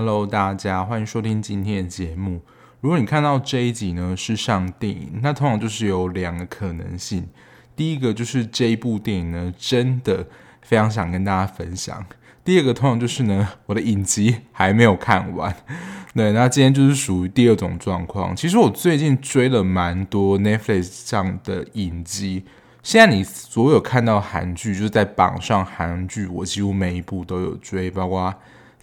Hello， 大家欢迎收听今天的节目。如果你看到这一集呢是上电影，那通常就是有两个可能性。第一个就是这一部电影呢真的非常想跟大家分享。第二个通常就是呢我的影集还没有看完。对，那今天就是属于第二种状况。其实我最近追了蛮多 Netflix 上的影集。现在你所有看到韩剧，就是在榜上韩剧，我几乎每一部都有追，包括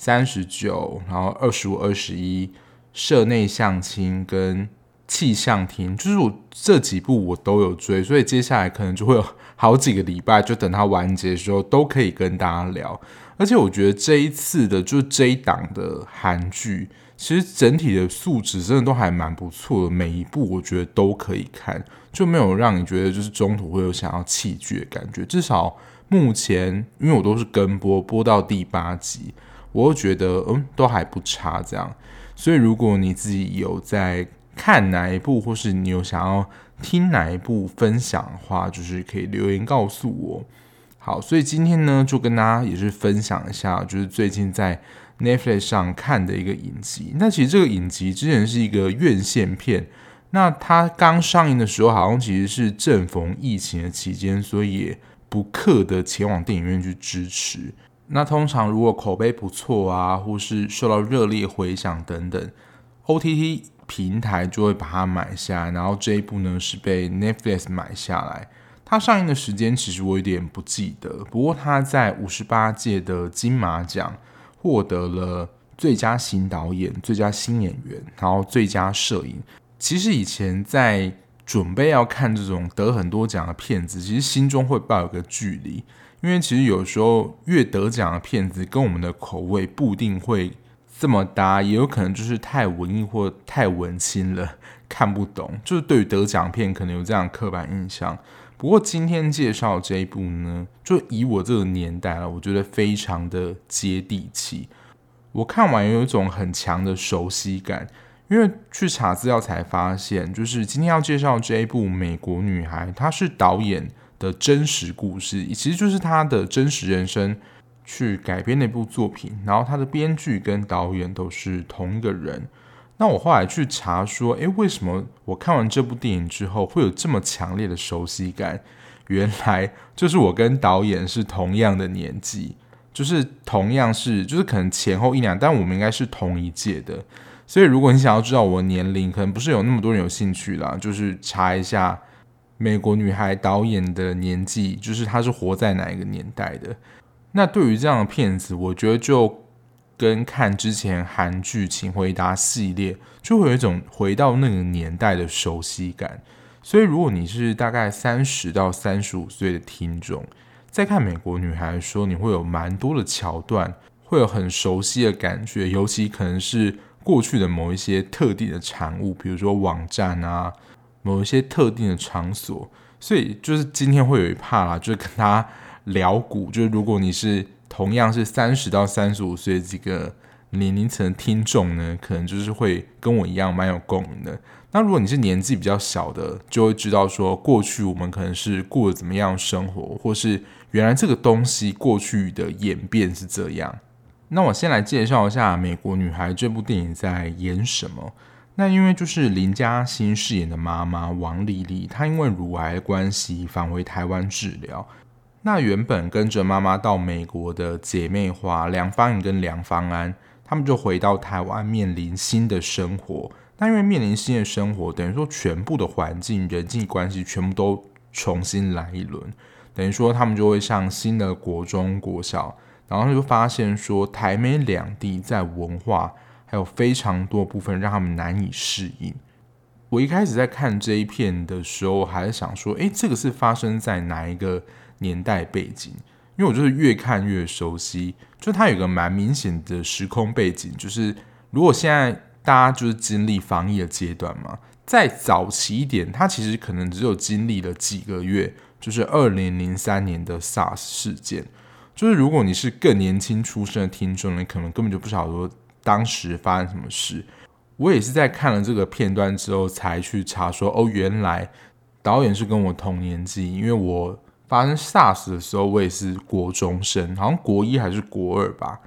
39，然后25、21、社内相亲跟气象厅，就是我这几部我都有追，所以接下来可能就会有好几个礼拜，就等它完结的时候都可以跟大家聊。而且我觉得这一次的就这一档的韩剧，其实整体的素质真的都还蛮不错的，每一部我觉得都可以看，就没有让你觉得就是中途会有想要弃剧的感觉。至少目前，因为我都是跟播到第8集，我又觉得都还不差这样。所以如果你自己有在看哪一部，或是你有想要听哪一部分享的话，就是可以留言告诉我。好，所以今天呢，就跟大家也是分享一下，就是最近在 Netflix 上看的一个影集。那其实这个影集之前是一个院线片，那它刚上映的时候，好像其实是正逢疫情的期间，所以也不刻的前往电影院去支持。那通常如果口碑不错啊，或是受到热烈回响等等 ，OTT 平台就会把它买下来，然后这一部呢是被 Netflix 买下来。它上映的时间其实我有点不记得，不过它在58届的金马奖获得了最佳新导演、最佳新演员，然后最佳摄影。其实以前在准备要看这种得很多奖的片子，其实心中会抱有个距离，因为其实有时候越得奖的片子跟我们的口味不一定会这么搭，也有可能就是太文艺或太文青了，看不懂，就是对于得奖片可能有这样的刻板印象。不过今天介绍这一部呢，就以我这个年代了，我觉得非常的接地气。我看完有一种很强的熟悉感，因为去查资料才发现，就是今天要介绍这一部《美国女孩》，它是导演的真实故事，其实就是他的真实人生去改编的一部作品。然后他的编剧跟导演都是同一个人。那我后来去查说，为什么我看完这部电影之后会有这么强烈的熟悉感？原来就是我跟导演是同样的年纪，就是同样是，就是可能前后1两，但我们应该是同一届的。所以如果你想要知道我的年龄，可能不是有那么多人有兴趣啦，就是查一下美国女孩导演的年纪，就是她是活在哪一个年代的。那对于这样的片子，我觉得就跟看之前韩剧《请回答》系列，就会有一种回到那个年代的熟悉感。所以如果你是大概30到35岁的听众，在看《美国女孩》的时候，你会有蛮多的桥段，会有很熟悉的感觉，尤其可能是过去的某一些特定的产物，比如说网站啊，某一些特定的场所。所以就是今天会有一 part 啦，就是跟大家聊股，就是如果你是同样是30到35岁的这个年龄层的听众呢，可能就是会跟我一样蛮有共鸣的。那如果你是年纪比较小的，就会知道说过去我们可能是过得怎么样的生活，或是原来这个东西过去的演变是这样。那我先来介绍一下《美国女孩》这部电影在演什么。那因为就是林嘉欣饰演的妈妈王丽丽，她因为乳癌的关系返回台湾治疗。那原本跟着妈妈到美国的姐妹花梁芳颖跟梁芳安，他们就回到台湾面临新的生活。那因为面临新的生活，等于说全部的环境、人际关系全部都重新来一轮，等于说他们就会上新的国中、国小，然后就发现说台美两地在文化还有非常多部分让他们难以适应。我一开始在看这一片的时候，还是想说，这个是发生在哪一个年代背景？因为我就是越看越熟悉，就它有一个蛮明显的时空背景，就是如果现在大家就是经历防疫的阶段嘛，再早期一点，它其实可能只有经历了几个月，就是2003年的 SARS 事件。就是如果你是更年轻出生的听众，你可能根本就不晓得说当时发生什么事。我也是在看了这个片段之后才去查说，原来导演是跟我同年纪，因为我发生 SARS 的时候，我也是国中生，好像国1还是国2吧。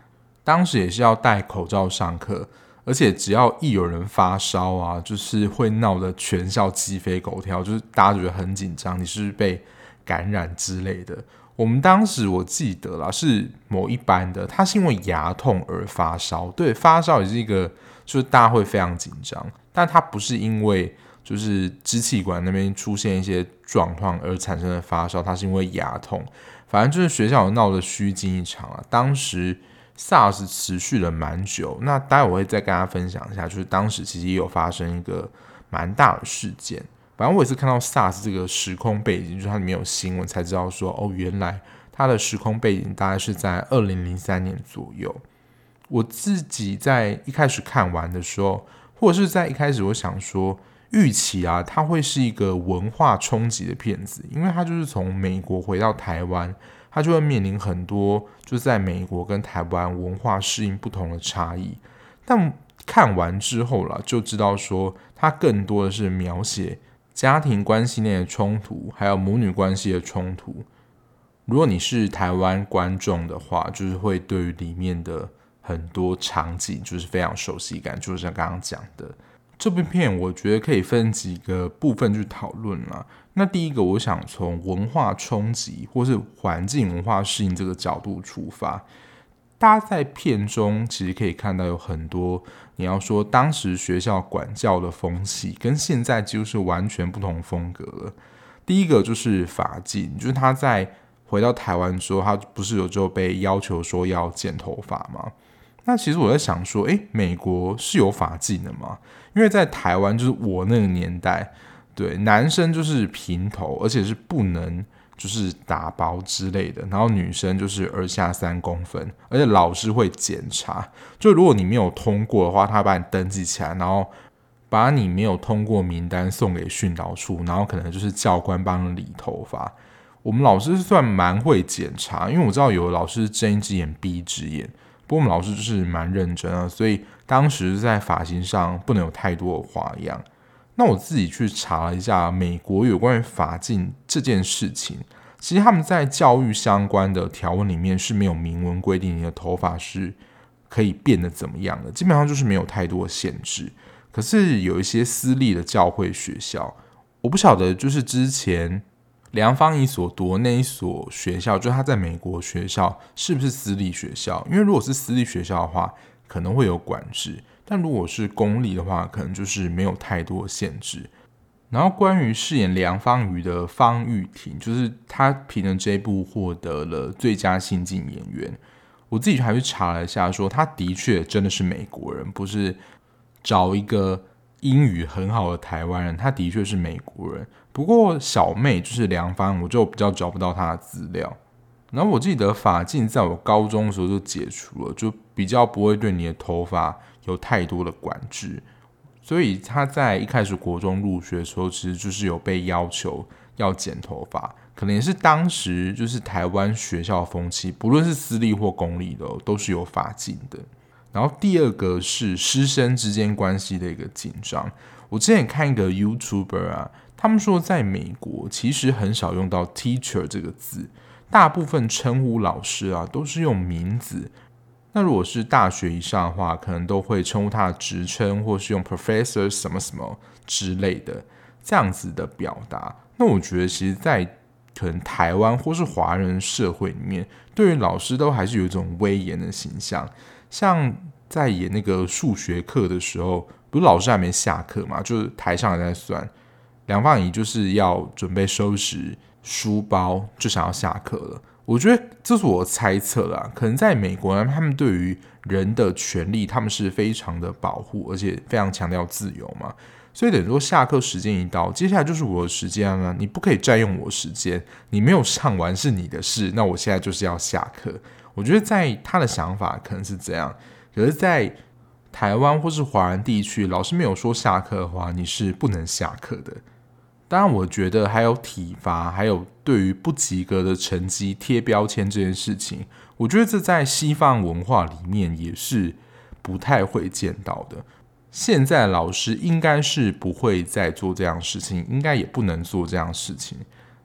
当时也是要戴口罩上课，而且只要一有人发烧啊，就是会闹得全校鸡飞狗跳，就是大家觉得很紧张，你是不是被感染之类的。我们当时我记得啦，是某一班的，他是因为牙痛而发烧，对，发烧也是一个，就是大家会非常紧张，但他不是因为就是支气管那边出现一些状况而产生的发烧，他是因为牙痛，反正就是学校有闹得虚惊一场啊。当时 SARS 持续了蛮久，那待会我会再跟大家分享一下，就是当时其实也有发生一个蛮大的事件。反正我也是看到 SARS 这个时空背景，就是它里面有新闻才知道说，哦，原来它的时空背景大概是在2003年左右。我自己在一开始看完的时候，或者是在一开始我想说，预期啊，它会是一个文化冲击的片子，因为它就是从美国回到台湾，它就会面临很多就是在美国跟台湾文化适应不同的差异。但看完之后啦，就知道说，它更多的是描写家庭关系内的冲突，还有母女关系的冲突。如果你是台湾观众的话，就是会对于里面的很多场景就是非常熟悉感，就是像刚刚讲的。这部片我觉得可以分几个部分去讨论啦。那第一个，我想从文化冲击或是环境文化适应这个角度出发。大家在片中其实可以看到有很多，你要说当时学校管教的风气跟现在几乎是完全不同风格了。第一个就是法禁，就是他在回到台湾之后，他不是有就被要求说要剪头发吗？那其实我在想说，美国是有法禁的吗？因为在台湾就是我那个年代，对，男生就是平头，而且是不能就是打薄之类的，然后女生就是耳下3公分，而且老师会检查，就如果你没有通过的话，他把你登记起来，然后把你没有通过名单送给训导处，然后可能就是教官帮你理头发。我们老师算蛮会检查，因为我知道有的老师睁一只眼闭一只眼，不过我们老师就是蛮认真啊，所以当时在发型上不能有太多的花样。那我自己去查了一下美国有关于发禁这件事情，其实他们在教育相关的条文里面是没有明文规定你的头发是可以变得怎么样的，基本上就是没有太多的限制。可是有一些私立的教会学校，我不晓得就是之前梁芳仪所读的那一所学校，就是他在美国学校是不是私立学校？因为如果是私立学校的话，可能会有管制。但如果是公立的话，可能就是没有太多限制。然后关于饰演梁芳瑜的方玉婷，就是她凭着这一部获得了最佳新晋演员。我自己还去查了一下，说她的确真的是美国人，不是找一个英语很好的台湾人，她的确是美国人。不过小妹就是梁芳，我就比较找不到她的资料。然后我记得发禁在我高中的时候就解除了，就比较不会对你的头发有太多的管制，所以他在一开始国中入学的时候，其实就是有被要求要剪头发，可能也是当时就是台湾学校风气，不论是私立或公立的，都是有发禁的。然后第二个是师生之间关系的一个紧张。我之前看一个 YouTuber 啊，他们说在美国其实很少用到 teacher 这个字，大部分称呼老师啊都是用名字。那如果是大学以上的话，可能都会称呼他的职称，或是用 professor 什么什么之类的这样子的表达。那我觉得其实在可能台湾或是华人社会里面，对于老师都还是有一种威严的形象。像在演那个数学课的时候，不是老师还没下课嘛，就是台上还在算，梁芳仪就是要准备收拾书包，就想要下课了。我觉得这是我猜测啦，可能在美国他们对于人的权利，他们是非常的保护，而且非常强调自由嘛。所以等于说下课时间一到，接下来就是我的时间了，你不可以占用我时间，你没有上完是你的事，那我现在就是要下课。我觉得在他的想法可能是这样，可是在台湾或是华人地区，老师没有说下课的话，你是不能下课的。当然我觉得还有体罚，还有对于不及格的成绩贴标签这件事情，我觉得这在西方文化里面也是不太会见到的。现在的老师应该是不会再做这样的事情，应该也不能做这样的事情。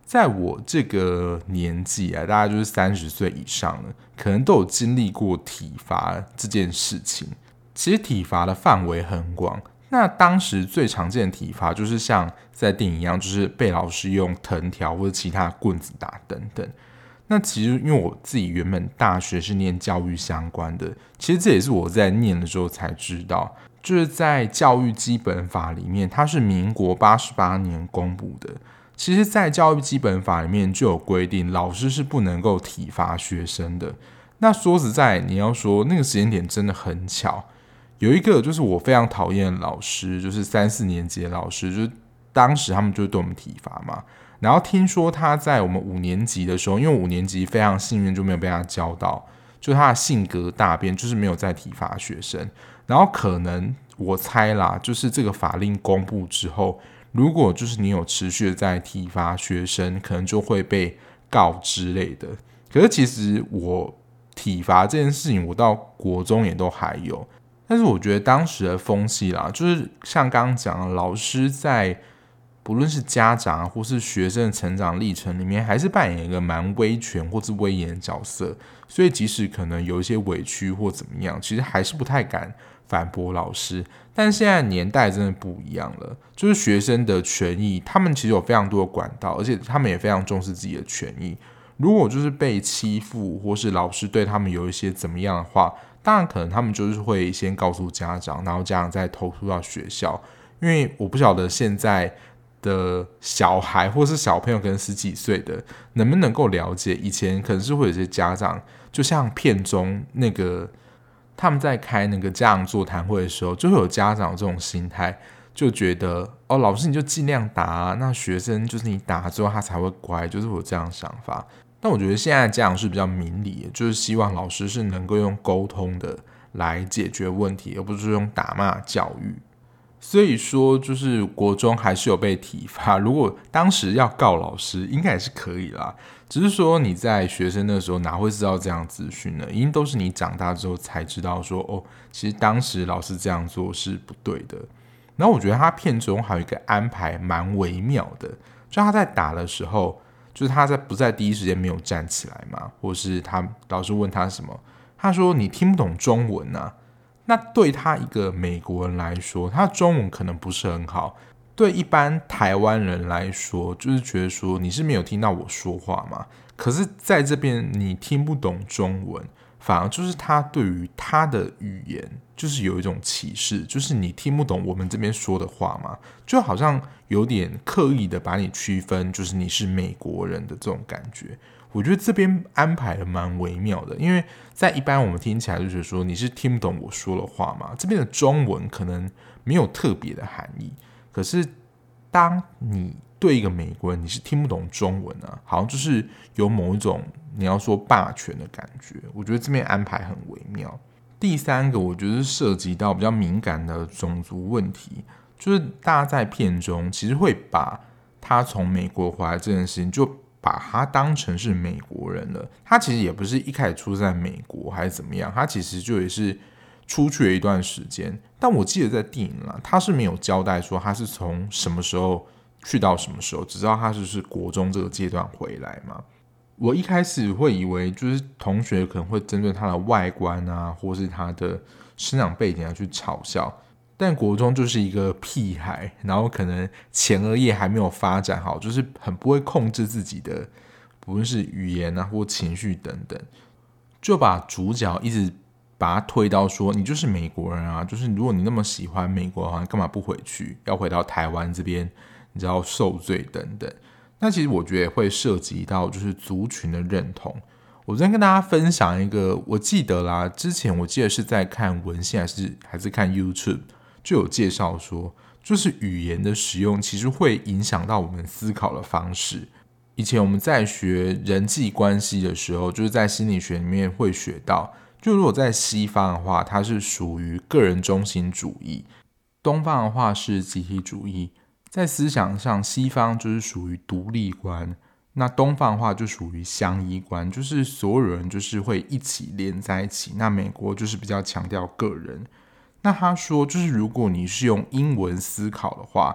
在我这个年纪啊，大概就是30岁以上了，可能都有经历过体罚这件事情。其实体罚的范围很广，那当时最常见的体罚就是像在电影一样，就是被老师用藤条或者其他棍子打等等。那其实因为我自己原本大学是念教育相关的，其实这也是我在念的时候才知道，就是在教育基本法里面，它是民国88年公布的。其实，在教育基本法里面就有规定，老师是不能够体罚学生的。那说实在，你要说那个时间点真的很巧，有一个就是我非常讨厌的老师，就是3、4年级的老师，就是当时他们就对我们体罚嘛。然后听说他在我们5年级的时候，因为5年级非常幸运就没有被他教到，就他的性格大变，就是没有再体罚学生。然后可能我猜啦，就是这个法令公布之后，如果就是你有持续的在体罚学生，可能就会被告之类的。可是其实我体罚这件事情，我到国中也都还有。但是我觉得当时的风气啦，就是像刚刚讲的，老师在不论是家长或是学生的成长历程里面，还是扮演一个蛮威权或是威严的角色。所以即使可能有一些委屈或怎么样，其实还是不太敢反驳老师。但现在年代真的不一样了，就是学生的权益，他们其实有非常多的管道，而且他们也非常重视自己的权益。如果就是被欺负，或是老师对他们有一些怎么样的话，当然可能他们就是会先告诉家长，然后家长再投诉到学校。因为我不晓得现在的小孩或是小朋友，可能10几岁的，能不能够了解以前可能是会有些家长，就像片中那个他们在开那个家长座谈会的时候，就会有家长有这种心态，就觉得哦，老师你就尽量打啊，那学生就是你打之后他才会乖，就是有这样的想法。但我觉得现在的家长是比较明理的，就是希望老师是能够用沟通的来解决问题，而不是用打骂教育。所以说，就是国中还是有被体罚。如果当时要告老师，应该也是可以啦。只是说你在学生的时候哪会知道这样资讯呢？一定都是你长大之后才知道说，哦，其实当时老师这样做是不对的。然后我觉得他片中还有一个安排蛮微妙的，就他在打的时候，就是他不在第一时间没有站起来嘛，或是他老师问他什么，他说你听不懂中文啊。那对他一个美国人来说，他的中文可能不是很好。对一般台湾人来说，就是觉得说你是没有听到我说话嘛。可是在这边你听不懂中文，反而就是他对于他的语言就是有一种歧视，就是你听不懂我们这边说的话嘛，就好像有点刻意的把你区分，就是你是美国人的这种感觉。我觉得这边安排的蛮微妙的，因为在一般我们听起来就觉得说你是听不懂我说的话嘛，这边的中文可能没有特别的含义，可是当你对一个美国人你是听不懂中文啊，好像就是有某一种你要说霸权的感觉，我觉得这边安排很微妙。第三个我觉得是涉及到比较敏感的种族问题，就是大家在片中其实会把他从美国回来这件事情就把他当成是美国人了。他其实也不是一开始出生在美国还是怎么样，他其实就也是出去了一段时间。但我记得在电影啦，他是没有交代说他是从什么时候去到什么时候，只知道他是国中这个阶段回来嘛。我一开始会以为就是同学可能会针对他的外观啊，或是他的生长背景啊去嘲笑。但国中就是一个屁孩，然后可能前额叶还没有发展好，就是很不会控制自己的，不论是语言啊或情绪等等，就把主角一直把他推到说你就是美国人啊，就是如果你那么喜欢美国的话，干嘛不回去，要回到台湾这边，你知道受罪等等。那其实我觉得也会涉及到就是族群的认同。我昨天跟大家分享一个，我记得啦，之前我记得是在看文献还是看 YouTube。就有介绍说，就是语言的使用其实会影响到我们思考的方式。以前我们在学人际关系的时候，就是在心理学里面会学到，就如果在西方的话，它是属于个人中心主义；东方的话是集体主义。在思想上，西方就是属于独立观，那东方的话就属于相依观，就是所有人就是会一起连在一起。那美国就是比较强调个人。那他说，就是如果你是用英文思考的话，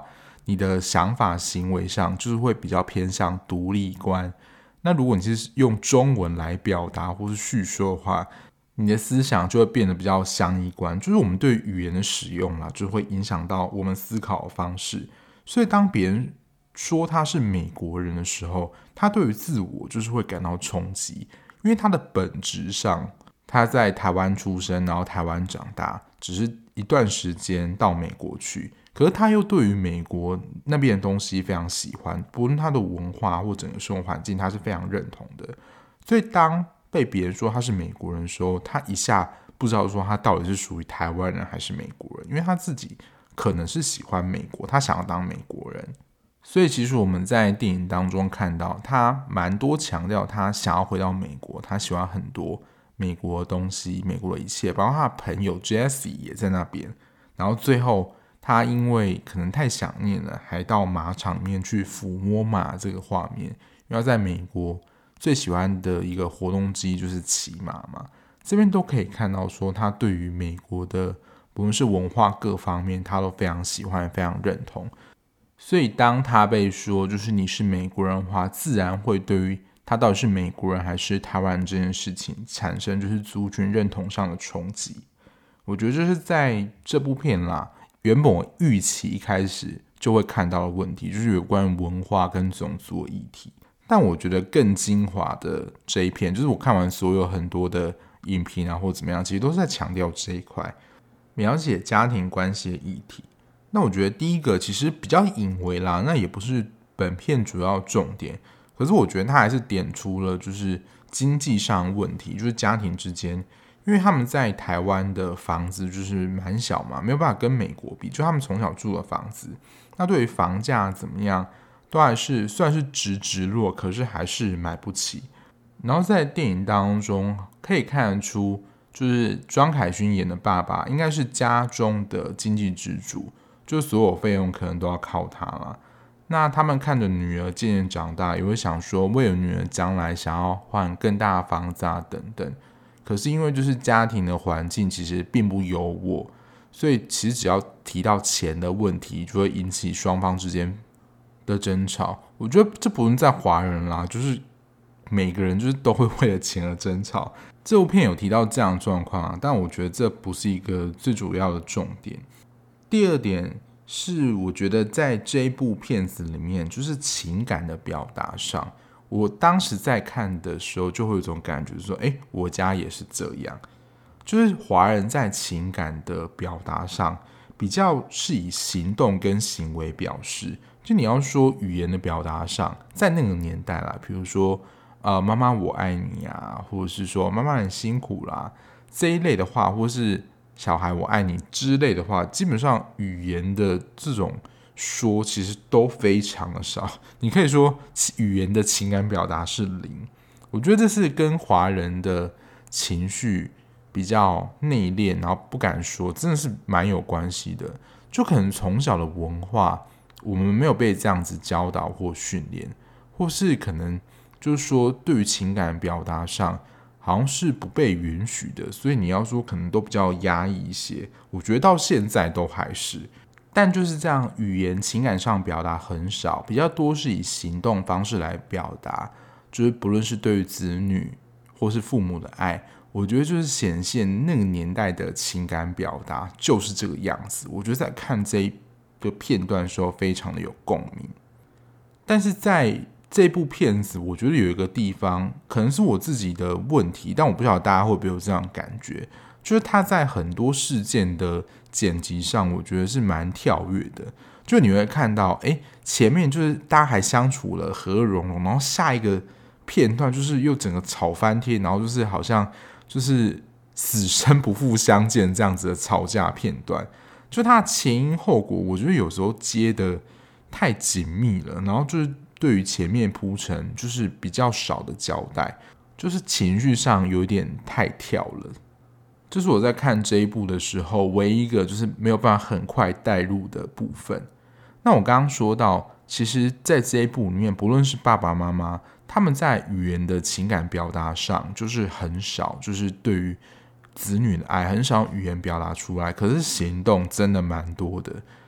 你的想法行为上就是会比较偏向独立观。那如果你是用中文来表达或是叙说的话，你的思想就会变得比较相依观，就是我们对语言的使用啦，就会影响到我们思考的方式。所以当别人说他是美国人的时候，他对于自我就是会感到冲击，因为他的本质上他在台湾出生，然后台湾长大，只是一段时间到美国去，可是他又对于美国那边的东西非常喜欢，不论他的文化或整个生活环境，他是非常认同的。所以当被别人说他是美国人的时候，他一下不知道说他到底是属于台湾人还是美国人，因为他自己可能是喜欢美国，他想要当美国人。所以其实我们在电影当中看到他蛮多强调他想要回到美国，他喜欢很多美国的东西，美国的一切，包括他的朋友 Jessie 也在那边。然后最后他因为可能太想念了，还到马场里面去抚摸马这个画面，因为他在美国最喜欢的一个活动之一就是骑马嘛。这边都可以看到说他对于美国的不论是文化各方面他都非常喜欢，非常认同。所以当他被说就是你是美国人的话，自然会对于他到底是美国人还是台湾人这件事情产生就是族群认同上的冲击。我觉得这是在这部片啦，原本我预期一开始就会看到的问题，就是有关于文化跟种族的议题。但我觉得更精华的这一片，就是我看完所有很多的影评啊或怎么样，其实都是在强调这一块，描写家庭关系的议题。那我觉得第一个其实比较隐微啦，那也不是本片主要重点，可是我觉得他还是点出了就是经济上的问题，就是家庭之间，因为他们在台湾的房子就是蛮小嘛，没有办法跟美国比，就他们从小住的房子，那对于房价怎么样，都还是虽然是直落，可是还是买不起。然后在电影当中可以看得出，就是庄凯勋演的爸爸应该是家中的经济支柱，就所有费用可能都要靠他啦。那他们看着女儿渐渐长大，也会想说为了女儿将来想要换更大的房子啊等等。可是因为就是家庭的环境其实并不优渥，所以其实只要提到钱的问题，就会引起双方之间的争吵。我觉得这不论在华人啦，就是每个人就是都会为了钱而争吵。这部片有提到这样的状况啊，但我觉得这不是一个最主要的重点。第二点是，我觉得在这一部片子里面，就是情感的表达上，我当时在看的时候就会有一种感觉，说，我家也是这样。就是华人在情感的表达上，比较是以行动跟行为表示。就你要说语言的表达上，在那个年代啦，比如说妈妈我爱你啊，或者是说妈妈很辛苦啦这一类的话，或是小孩我爱你之类的话，基本上语言的这种说其实都非常的少。你可以说语言的情感表达是零。我觉得这是跟华人的情绪比较内敛，然后不敢说，真的是蛮有关系的。就可能从小的文化，我们没有被这样子教导或训练，或是可能就是说对于情感表达上好像是不被允许的，所以你要说可能都比较压抑一些。我觉得到现在都还是，但就是这样，语言情感上表达很少，比较多是以行动方式来表达，就是不论是对于子女或是父母的爱，我觉得就是显现那个年代的情感表达就是这个样子。我觉得在看这一个片段的时候非常的有共鸣。但是在这部片子我觉得有一个地方可能是我自己的问题，但我不晓得大家会不会有这样的感觉，就是他在很多事件的剪辑上我觉得是蛮跳跃的。就你会看到前面就是大家还相处了和和融融，然后下一个片段就是又整个吵翻天，然后就是好像就是死生不复相见这样子的吵架片段，就它的前因后果我觉得有时候接的太紧密了，然后就是对于前面铺陈就是比较少的交代，就是情绪上有点太跳了。这是我在看这一部的时候唯一一个就是没有办法很快带入的部分。那我刚刚说到，其实在这一部里面，不论是爸爸妈妈，他们在语言的情感表达上就是很少，就是对于子女的爱很少语言表达出来，可是行动真的蛮多的。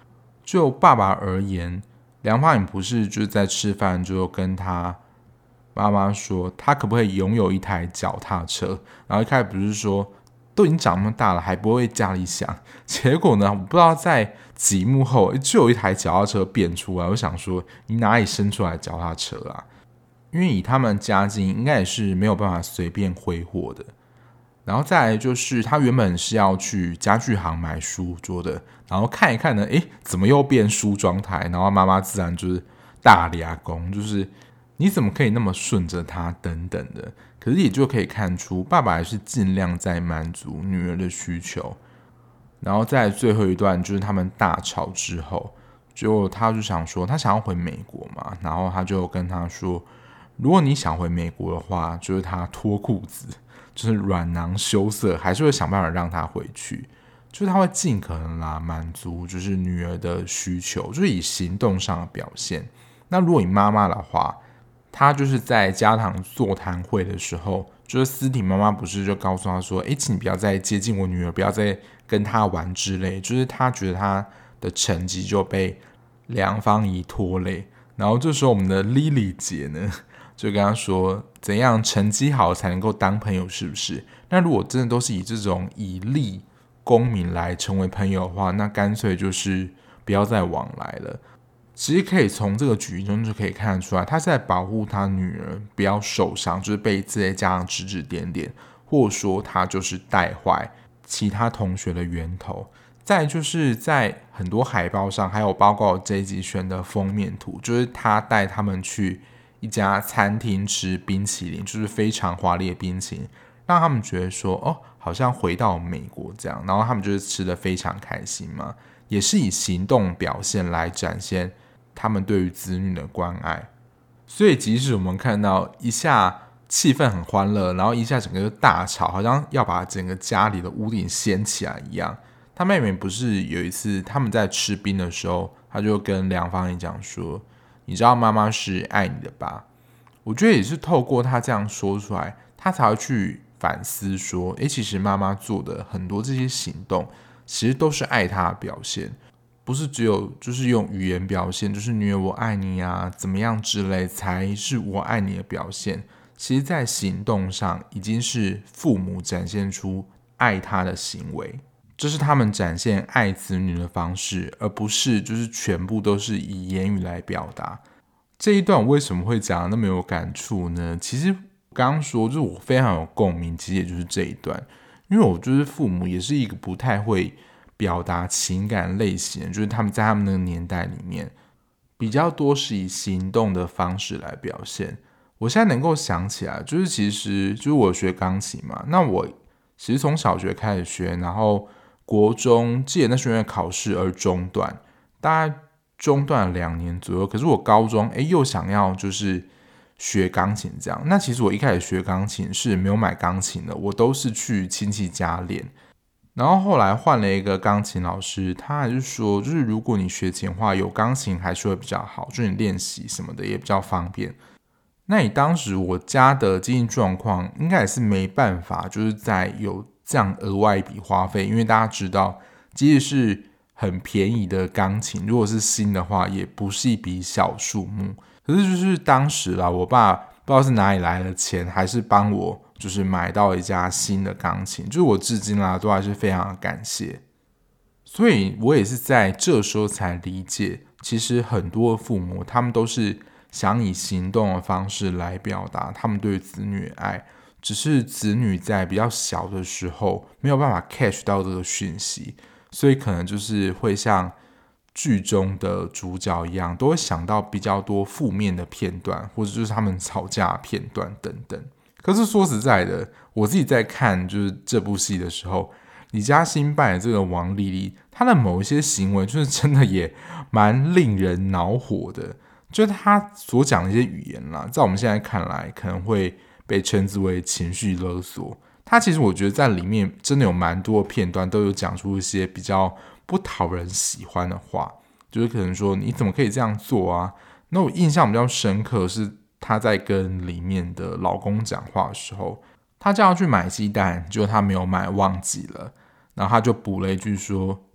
就爸爸而言，梁芳颖不是就是在吃饭就跟他妈妈说，他可不可以拥有一台脚踏车？然后一开始不是说都已经长那么大了，还不会家里想。结果呢，我不知道在几幕后就有一台脚踏车变出来。我想说，你哪里生出来的脚踏车啊？因为以他们家境，应该也是没有办法随便挥霍的。然后再来就是他原本是要去家具行买书桌的，然后看一看呢，怎么又变梳妆台？然后妈妈自然就是大俩公，就是你怎么可以那么顺着他等等的。可是也就可以看出，爸爸还是尽量在满足女儿的需求。然后在最后一段就是他们大吵之后，就他就想说他想要回美国嘛，然后他就跟他说，如果你想回美国的话，就是他脱裤子。就是软囊羞涩，还是会想办法让他回去，就是他会尽可能满足就是女儿的需求，就是以行动上的表现。那如果你妈妈的话，她就是在家堂座谈会的时候，就是思婷妈妈不是就告诉她说，请你不要再接近我女儿，不要再跟她玩之类，就是她觉得她的成绩就被梁芳仪拖累。然后这时候我们的 Lily 姐呢，就跟他说，怎样成绩好才能够当朋友，是不是？那如果真的都是以这种以利公民来成为朋友的话，那干脆就是不要再往来了。其实可以从这个举例中就可以看得出来，他是在保护他女儿不要受伤，就是被这些家长指指点点，或者说他就是带坏其他同学的源头。再来就是在很多海报上，还有包括这一集选的封面图，就是他带他们去一家餐厅吃冰淇淋，就是非常华丽的冰淇淋，让他们觉得说，好像回到美国这样，然后他们就是吃得非常开心嘛，也是以行动表现来展现他们对于子女的关爱。所以即使我们看到一下气氛很欢乐，然后一下整个就大吵，好像要把整个家里的屋顶掀起来一样。他妹妹不是有一次他们在吃冰的时候，他就跟梁芳仪讲说，你知道妈妈是爱你的吧？我觉得也是透过他这样说出来，他才会去反思说，其实妈妈做的很多这些行动，其实都是爱她的表现，不是只有就是用语言表现，就是女儿我爱你啊，怎么样之类才是我爱你的表现。其实在行动上已经是父母展现出爱他的行为，这是他们展现爱子女的方式，而不是就是全部都是以言语来表达。这一段我为什么会讲得那么有感触呢？其实刚刚说就是我非常有共鸣，其实也就是这一段，因为我就是父母也是一个不太会表达情感类型，就是他们在他们那个年代里面比较多是以行动的方式来表现。我现在能够想起来，就是其实就是我学钢琴嘛，那我其实从小学开始学，然后国中记得那学院考试而中断，大概中断了2年左右。可是我高中又想要就是学钢琴这样，那其实我一开始学钢琴是没有买钢琴的，我都是去亲戚家练。然后后来换了一个钢琴老师，他还是说，就是如果你学琴的话，有钢琴还是会比较好，就是你练习什么的也比较方便。那你当时我家的经济状况应该也是没办法，就是在有这样额外一笔花费，因为大家知道，即使是很便宜的钢琴，如果是新的话，也不是一笔小数目。可是就是当时啦，我爸不知道是哪里来的钱，还是帮我就是买到一架新的钢琴，就是我至今啦都还是非常的感谢。所以我也是在这时候才理解，其实很多的父母他们都是想以行动的方式来表达他们对子女的爱，只是子女在比较小的时候没有办法 catch 到这个讯息，所以可能就是会像剧中的主角一样，都会想到比较多负面的片段，或者就是他们吵架的片段等等。可是说实在的，我自己在看就是这部戏的时候，李嘉欣扮演这个王丽丽，她的某一些行为就是真的也蛮令人恼火的，就是她所讲的一些语言啦，在我们现在看来可能会被称之为情绪勒索。她其实我觉得在里面真的有蛮多的片段都有讲出一些比较不讨人喜欢的话，就是可能说你怎么可以这样做啊？那我印象比较深刻是她在跟里面的老公讲话的时候，她叫他去买鸡蛋，结果她没有买，忘记了，然后她就补了一句说：“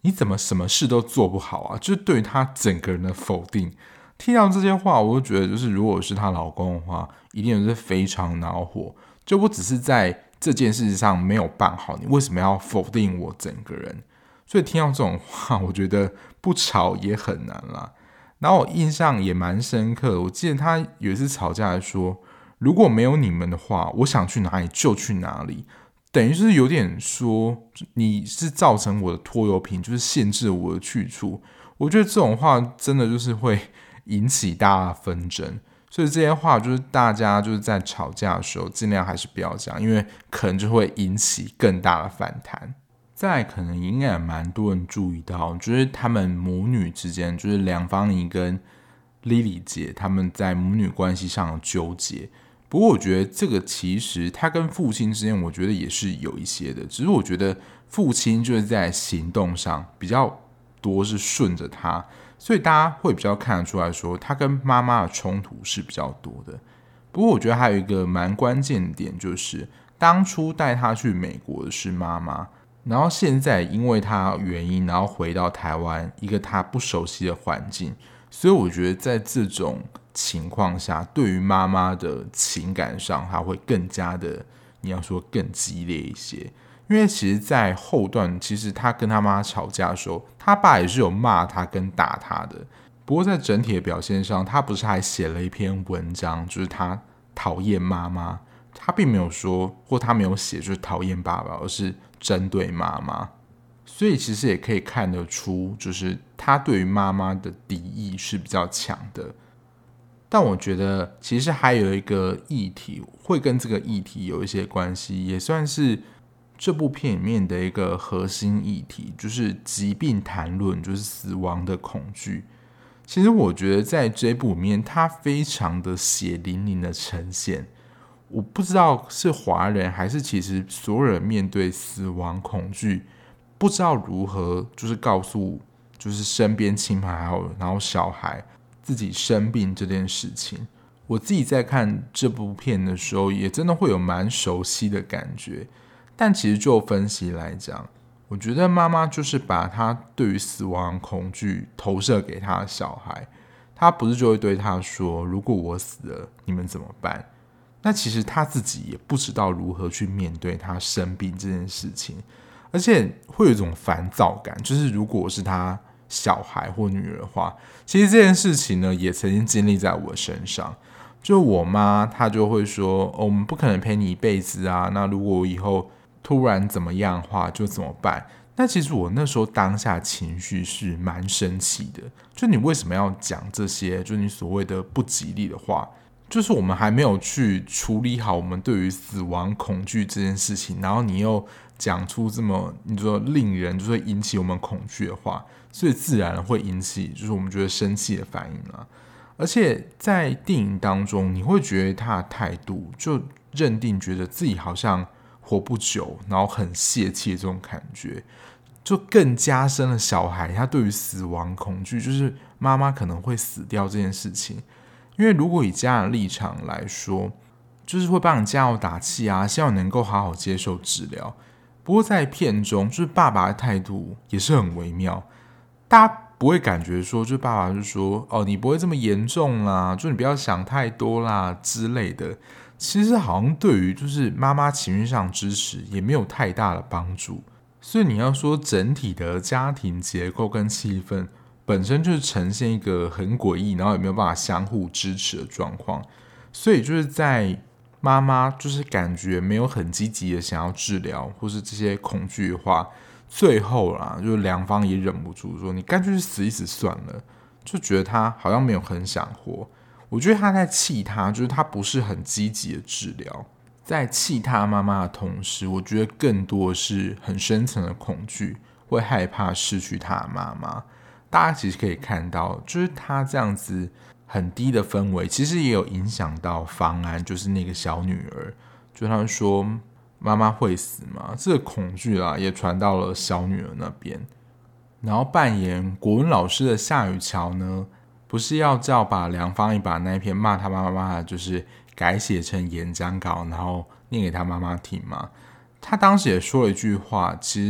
你怎么什么事都做不好啊？就是对于她整个人的否定。听到这些话，我就觉得，就是如果是她老公的话，一定是非常恼火。就我只是在这件事上没有办好，你为什么要否定我整个人？所以听到这种话，我觉得不吵也很难啦。然后我印象也蛮深刻的，我记得他有一次吵架说，如果没有你们的话，我想去哪里就去哪里。等于是有点说你是造成我的拖油瓶，就是限制我的去处。我觉得这种话真的就是会引起大家的纷争，所以这些话就是大家就是在吵架的时候尽量还是不要讲，因为可能就会引起更大的反弹。再来可能应该也蛮多人注意到，就是他们母女之间，就是梁芳妮跟 Lily 姐他们在母女关系上的纠结。不过我觉得这个其实他跟父亲之间，我觉得也是有一些的，只是我觉得父亲就是在行动上比较多是顺着他，所以大家会比较看得出来说，他跟妈妈的冲突是比较多的。不过我觉得还有一个蛮关键的点，就是当初带他去美国的是妈妈，然后现在因为他原因，然后回到台湾一个他不熟悉的环境，所以我觉得在这种情况下，对于妈妈的情感上，他会更加的，你要说更激烈一些。因为其实，在后段，其实他跟他妈吵架的时候，他爸也是有骂他跟打他的。不过在整体的表现上，他不是还写了一篇文章，就是他讨厌妈妈。他并没有说，或他没有写，就是讨厌爸爸，而是针对妈妈。所以其实也可以看得出，就是他对于妈妈的敌意是比较强的。但我觉得其实还有一个议题会跟这个议题有一些关系，也算是这部片里面的一个核心议题，就是疾病谈论，就是死亡的恐惧。其实我觉得在这部里面，它非常的血淋淋的呈现。我不知道是华人还是其实所有人面对死亡恐惧，不知道如何就是告诉就是身边亲朋好友，然后小孩自己生病这件事情。我自己在看这部片的时候，也真的会有蛮熟悉的感觉。但其实就分析来讲，我觉得妈妈就是把她对于死亡恐惧投射给她的小孩，她不是就会对他说：“如果我死了，你们怎么办？”那其实她自己也不知道如何去面对她生病这件事情，而且会有一种烦躁感，就是如果我是她小孩或女儿的话，其实这件事情呢，也曾经经历在我身上。就我妈，她就会说：“哦，我们不可能陪你一辈子啊。那如果我以后突然怎么样的话，就怎么办？”那其实我那时候当下情绪是蛮生气的，就你为什么要讲这些，就你所谓的不吉利的话？就是我们还没有去处理好我们对于死亡恐惧这件事情，然后你又讲出这么你说令人就是会引起我们恐惧的话，所以自然会引起就是我们觉得生气的反应啦。而且在电影当中，你会觉得他的态度就认定觉得自己好像活不久，然后很泄气的这种感觉，就更加深了小孩他对于死亡恐惧，就是妈妈可能会死掉这件事情。因为如果以家人的立场来说，就是会帮你加油打气啊，希望你能够好好接受治疗。不过在片中，就是爸爸的态度也是很微妙，大家不会感觉说，就爸爸就说：“哦，你不会这么严重啦，就你不要想太多啦之类的。”其实好像对于就是妈妈情绪上支持也没有太大的帮助。所以你要说整体的家庭结构跟气氛本身就是呈现一个很诡异，然后也没有办法相互支持的状况。所以就是在妈妈就是感觉没有很积极的想要治疗，或是这些恐惧的话，最后啦，就是梁芳也忍不住说：“你干脆去死一死算了。”就觉得他好像没有很想活。我觉得他在气他，就是他不是很积极的治疗。在气他妈妈的同时，我觉得更多的是很深层的恐惧，会害怕失去他的妈妈。大家其实可以看到，就是他这样子很低的氛围，其实也有影响到方安，就是那个小女儿，就他说妈妈会死吗？这个恐惧啦，也传到了小女儿那边。然后扮演国文老师的夏雨乔呢，不是要叫把梁芳怡把那一篇骂他妈妈的，就是改写成演讲稿，然后念给他妈妈听吗？他当时也说了一句话，其实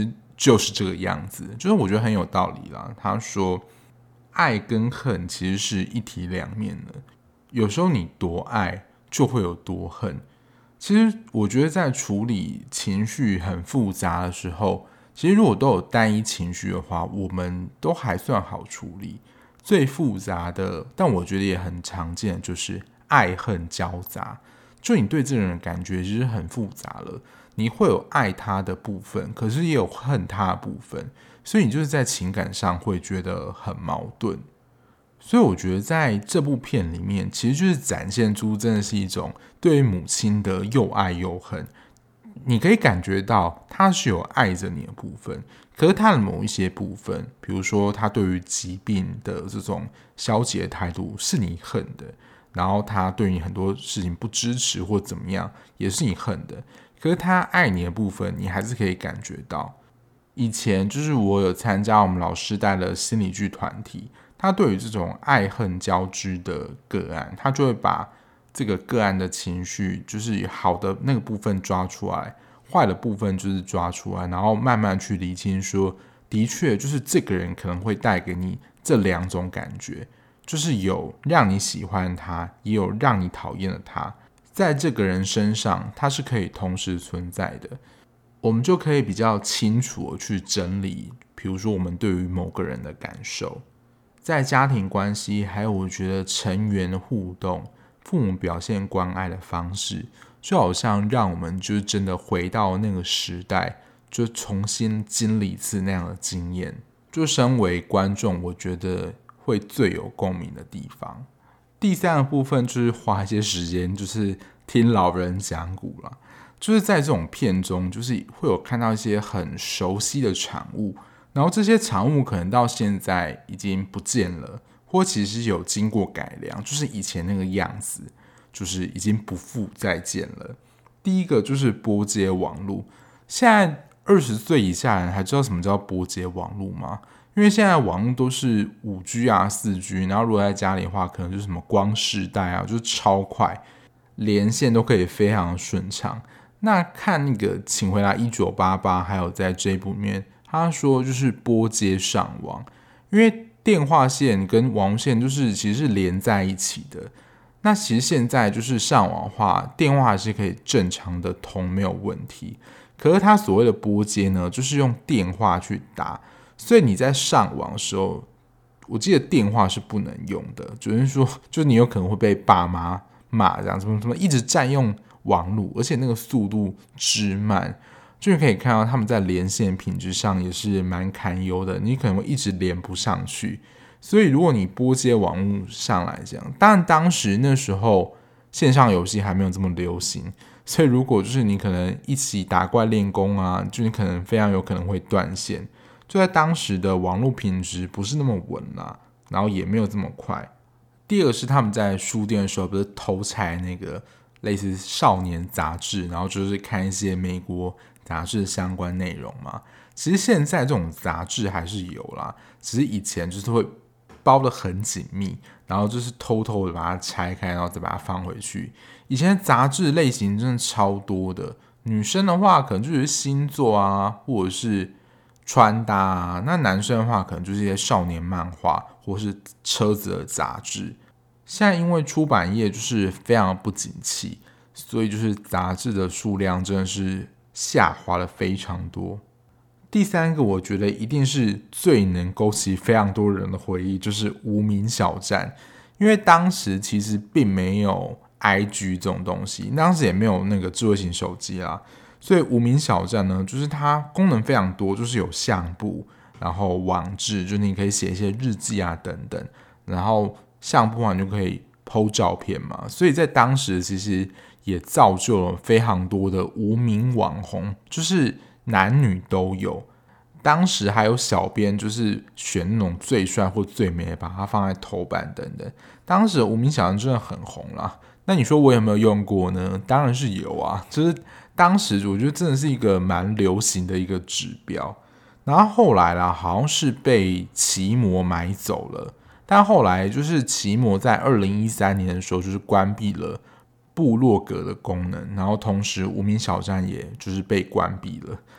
就是这个样子，就是我觉得很有道理啦。他说，爱跟恨其实是一体两面的，有时候你多爱就会有多恨。其实我觉得在处理情绪很复杂的时候，其实如果都有单一情绪的话，我们都还算好处理。最复杂的，但我觉得也很常见，就是爱恨交杂。就你对这个人的感觉其实很复杂了，你会有爱他的部分，可是也有恨他的部分，所以你就是在情感上会觉得很矛盾。所以我觉得在这部片里面，其实就是展现出真的是一种对于母亲的又爱又恨。你可以感觉到他是有爱着你的部分，可是他的某一些部分，比如说他对于疾病的这种消极的态度是你恨的，然后他对你很多事情不支持或怎么样也是你恨的，可是他爱你的部分你还是可以感觉到。以前就是我有参加我们老师带的心理剧团体，他对于这种爱恨交织的个案，他就会把这个个案的情绪，就是好的那个部分抓出来，坏的部分就是抓出来，然后慢慢去理清说，的确就是这个人可能会带给你这两种感觉，就是有让你喜欢他，也有让你讨厌的他，在这个人身上，他是可以同时存在的。我们就可以比较清楚的去整理，比如说我们对于某个人的感受，在家庭关系，还有我觉得成员的互动，父母表现关爱的方式，就好像让我们就是真的回到那个时代，就重新经历一次那样的经验。就身为观众，我觉得会最有共鸣的地方。第三个部分就是花一些时间，就是听老人讲古啦。就是在这种片中，就是会有看到一些很熟悉的产物，然后这些产物可能到现在已经不见了，或其实有经过改良，就是以前那个样子，就是已经不复再见了。第一个就是拨接网路，现在20岁以下人还知道什么叫拨接网路吗？因为现在网络都是5G 啊、4G， 然后如果在家里的话，可能就是什么光世代啊，就是超快，连线都可以非常顺畅。那看那个请回答1988，还有在这一部里面，他说就是拨接上网，因为电话线跟网线就是其实是连在一起的。那其实现在就是上网的话，电话还是可以正常的通，没有问题。可是他所谓的拨接呢，就是用电话去打，所以你在上网的时候，我记得电话是不能用的，就是说，就你有可能会被爸妈骂，这样什么一直占用网路，而且那个速度之慢，就可以看到他们在连线品质上也是蛮堪忧的，你可能会一直连不上去。所以如果你拨接网路上来讲，当然当时那时候线上游戏还没有这么流行，所以如果就是你可能一起打怪练功啊，就你可能非常有可能会断线。就在当时的网络品质不是那么稳啦，然后也没有这么快。第二个是他们在书店的时候不是偷拆那个类似少年杂志，然后就是看一些美国杂志相关内容嘛。其实现在这种杂志还是有啦，只是以前就是会包得很紧密，然后就是偷偷的把它拆开，然后再把它放回去。以前杂志类型真的超多的，女生的话可能就是星座啊，或者是穿搭啊，那男生的话可能就是一些少年漫画或是车子的杂志。现在因为出版业就是非常不景气，所以就是杂志的数量真的是下滑了非常多。第三个我觉得一定是最能勾起非常多人的回忆，就是无名小站。因为当时其实并没有 IG 这种东西，当时也没有那个智慧型手机啦，所以无名小站呢，就是它功能非常多，就是有相簿，然后网志，就是你可以写一些日记啊等等，然后相簿啊你就可以 po 照片嘛，所以在当时其实也造就了非常多的无名网红，就是男女都有。当时还有小编就是选那种最帅或最美的，把它放在头版等等。当时的无名小站真的很红啦。那你说我有没有用过呢？当然是有啊，就是当时我觉得真的是一个蛮流行的一个指标。然后后来啦，好像是被奇摩买走了。但后来就是奇摩在2013年的时候，就是关闭了部落格的功能，然后同时无名小站也就是被关闭了。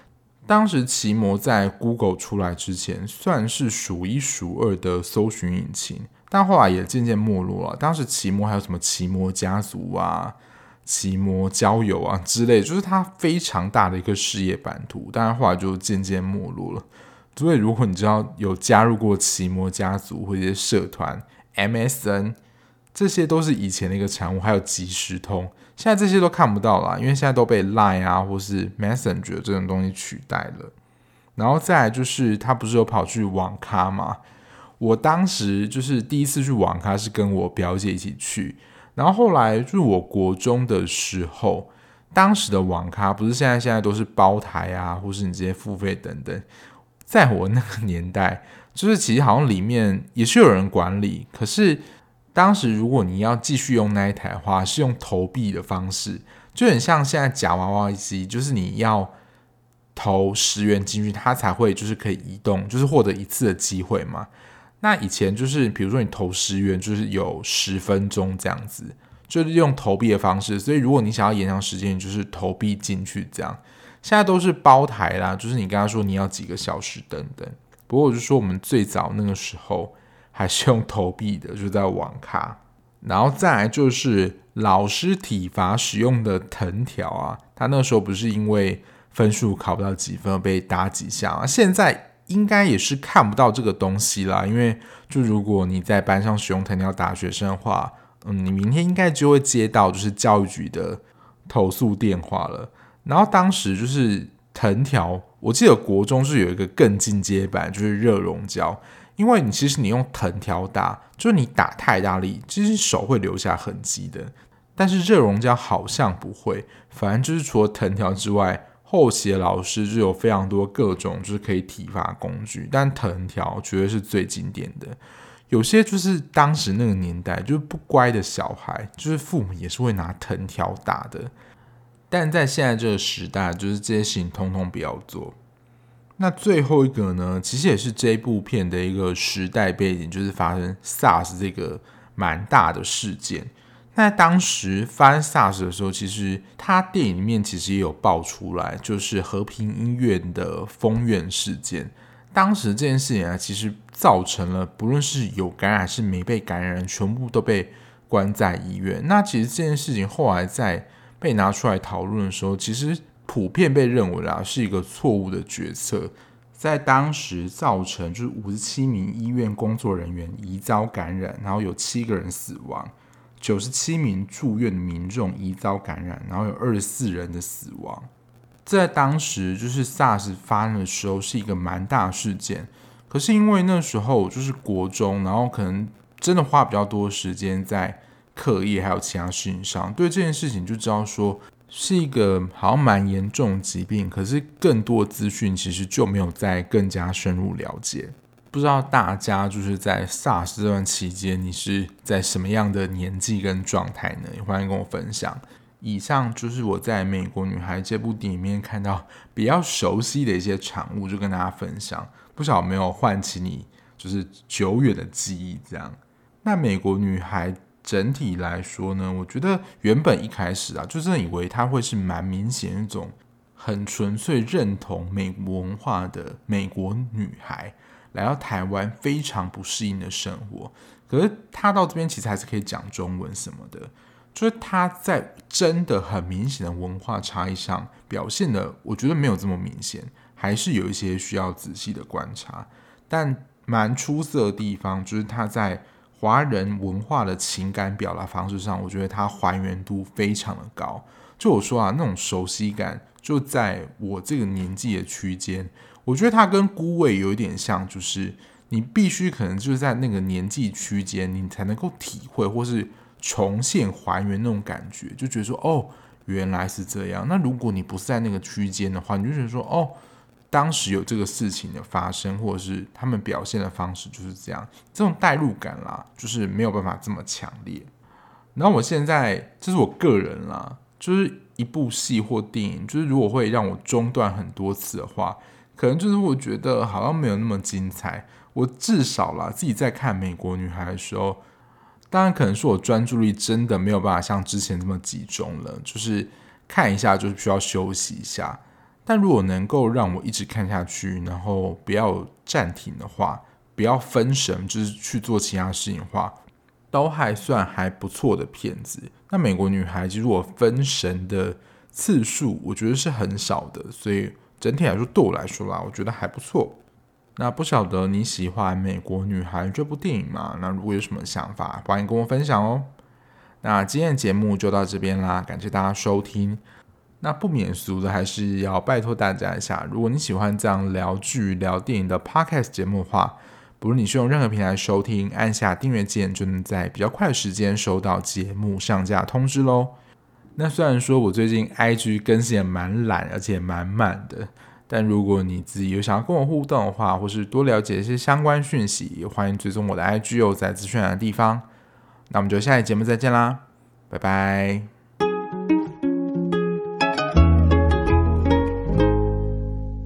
当时奇摩在 Google 出来之前，算是数一数二的搜寻引擎，但后来也渐渐没落了。当时奇摩还有什么奇摩家族啊、奇摩交友啊之类，就是它非常大的一个事业版图，但是后来就渐渐没落了。所以如果你知道有加入过奇摩家族或者一些社团、MSN， 这些都是以前的一个产物，还有即时通。现在这些都看不到啦，因为现在都被 Line 啊或是 Messenger 这种东西取代了。然后再来就是他不是有跑去网咖吗？我当时就是第一次去网咖是跟我表姐一起去，然后后来就是我国中的时候，当时的网咖不是现在都是包台啊，或是你直接付费等等。在我那个年代，就是其实好像里面也是有人管理，可是当时如果你要继续用那一台的话，是用投币的方式，就很像现在夹娃娃机，就是你要投10元进去，它才会就是可以移动，就是获得一次的机会嘛。那以前就是比如说你投10元，就是有10分钟这样子，就是用投币的方式，所以如果你想要延长时间，你就是投币进去这样。现在都是包台啦，就是你跟他说你要几个小时等等。不过我就说我们最早那个时候还是用投币的，就在网咖。然后再来就是老师体罚使用的藤条啊，他那个时候不是因为分数考不到几分被打几下啊，现在应该也是看不到这个东西啦，因为就如果你在班上使用藤条打学生的话，你明天应该就会接到就是教育局的投诉电话了。然后当时就是藤条，我记得国中是有一个更进阶版，就是热熔胶。因为其实你用藤条打，就是你打太大力，其实手会留下痕迹的。但是热熔胶好像不会，反正就是除了藤条之外，后期的老师就有非常多各种就是可以体罚工具，但藤条绝对是最经典的。有些就是当时那个年代就是不乖的小孩，就是父母也是会拿藤条打的。但在现在这个时代，就是这些事情通通不要做。那最后一个呢，其实也是这部片的一个时代背景，就是发生 SARS 这个蛮大的事件。那当时发生 SARS 的时候，其实他电影里面其实也有爆出来，就是和平医院的封院事件。当时这件事情啊，其实造成了不论是有感染还是没被感染人，全部都被关在医院。那其实这件事情后来在被拿出来讨论的时候，其实普遍被认为是一个错误的决策，在当时造成就是57名医院工作人员疑遭感染，然后有7个人死亡，97名住院的民众疑遭感染，然后有24人的死亡。在当时就是 SARS 发生的时候是一个蛮大的事件，可是因为那时候就是国中，然后可能真的花比较多时间在课业还有其他事情上，对这件事情就知道说是一个好像蛮严重的疾病，可是更多的资讯其实就没有再更加深入了解。不知道大家就是在 SARS 这段期间，你是在什么样的年纪跟状态呢？也欢迎跟我分享。以上就是我在《美国女孩》这部电影里面看到比较熟悉的一些产物，就跟大家分享。不晓得有没有唤起你就是久远的记忆这样。那《美国女孩》整体来说呢，我觉得原本一开始就真的以为它会是蛮明显一种很纯粹认同美国文化的美国女孩来到台湾非常不适应的生活，可是她到这边其实还是可以讲中文什么的，就是她在真的很明显的文化差异上表现的，我觉得没有这么明显，还是有一些需要仔细的观察。但蛮出色的地方就是她在华人文化的情感表达方式上，我觉得它还原度非常的高。就我说那种熟悉感，就在我这个年纪的区间，我觉得它跟孤味有一点像，就是你必须可能就是在那个年纪区间，你才能够体会或是重现还原那种感觉，就觉得说原来是这样。那如果你不是在那个区间的话，你就觉得说当时有这个事情的发生，或者是他们表现的方式就是这样，这种代入感啦，就是没有办法这么强烈。然后我现在这是我个人啦，就是一部戏或电影，就是如果会让我中断很多次的话，可能就是我觉得好像没有那么精彩。我至少啦自己在看《美国女孩》的时候，当然可能是我专注力真的没有办法像之前这么集中了，就是看一下就是需要休息一下。 但如果能够让我一直看下去，然后不要暂停的话，不要分神，就是去做其他事情的话，都还算还不错的片子。那美国女孩其实我分神的次数，我觉得是很少的，所以整体来说对我来说啦，我觉得还不错。那不晓得你喜欢《美国女孩》这部电影吗？那如果有什么想法，欢迎跟我分享哦。那今天的节目就到这边啦，感谢大家收听。那不免俗的，还是要拜托大家一下，如果你喜欢这样聊剧、聊电影的 podcast 节目的话，不论你是用任何平台收听，按下订阅键就能在比较快的时间收到节目上架通知咯。那虽然说我最近 IG 更新也蛮懒，而且蛮慢的，但如果你自己有想要跟我互动的话，或是多了解一些相关讯息，也欢迎追踪我的 IG 在资讯栏的地方。那我们就下期节目再见啦，拜拜。